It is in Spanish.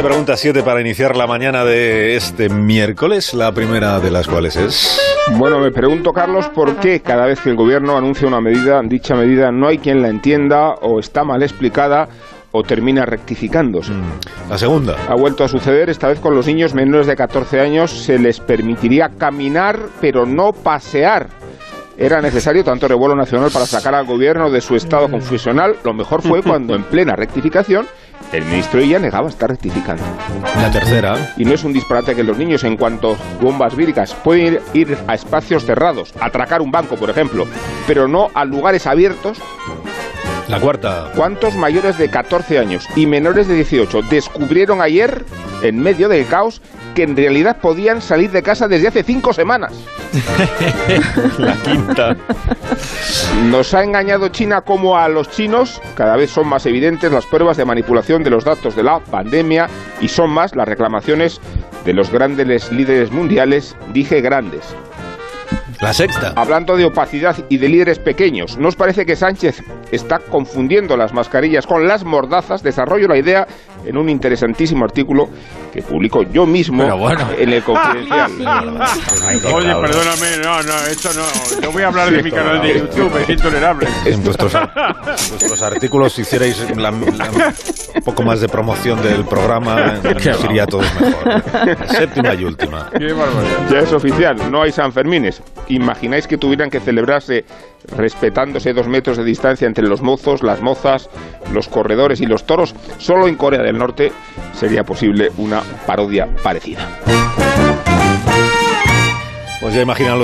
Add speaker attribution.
Speaker 1: preguntas, 7 para iniciar la mañana de este miércoles, la primera de las cuales es...
Speaker 2: Bueno, me pregunto, Carlos, ¿por qué cada vez que el gobierno anuncia una medida, dicha medida no hay quien la entienda o está mal explicada o termina rectificándose?
Speaker 1: La segunda.
Speaker 2: Ha vuelto a suceder, esta vez con los niños menores de 14 años se les permitiría caminar, pero no pasear. Era necesario tanto revuelo nacional para sacar al gobierno de su estado confusional. Lo mejor fue cuando, en plena rectificación, el ministro ya negaba estar rectificando.
Speaker 1: La tercera.
Speaker 2: Y no es un disparate que los niños, en cuanto bombas víricas, pueden ir a espacios cerrados, atracar un banco, por ejemplo, pero no a lugares abiertos.
Speaker 1: La cuarta.
Speaker 2: ¿Cuántos mayores de 14 años y menores de 18 descubrieron ayer, en medio del caos, que en realidad podían salir de casa desde hace 5 semanas?
Speaker 1: La quinta.
Speaker 2: Nos ha engañado China como a los chinos. Cada vez son más evidentes las pruebas de manipulación de los datos de la pandemia y son más las reclamaciones de los grandes líderes mundiales, dije grandes.
Speaker 1: La sexta.
Speaker 2: Hablando de opacidad y de líderes pequeños, ¿no os parece que Sánchez está confundiendo las mascarillas con las mordazas? Desarrollo la idea en un interesantísimo artículo que publico yo mismo en el Confidencial.
Speaker 3: Oye, perdóname, esto no voy a hablar de mi canal de YouTube, es intolerable.
Speaker 1: En vuestros artículos, si hicierais un poco más de promoción del programa, nos iría a todos mejor. Séptima y última.
Speaker 3: Qué barbaridad.
Speaker 2: Ya es oficial, no hay Sanfermines. ¿Imagináis que tuvieran que celebrarse respetándose 2 metros de distancia entre los mozos, las mozas, los corredores y los toros? Solo en Corea del Norte sería posible una parodia parecida.
Speaker 1: Pues ya imaginan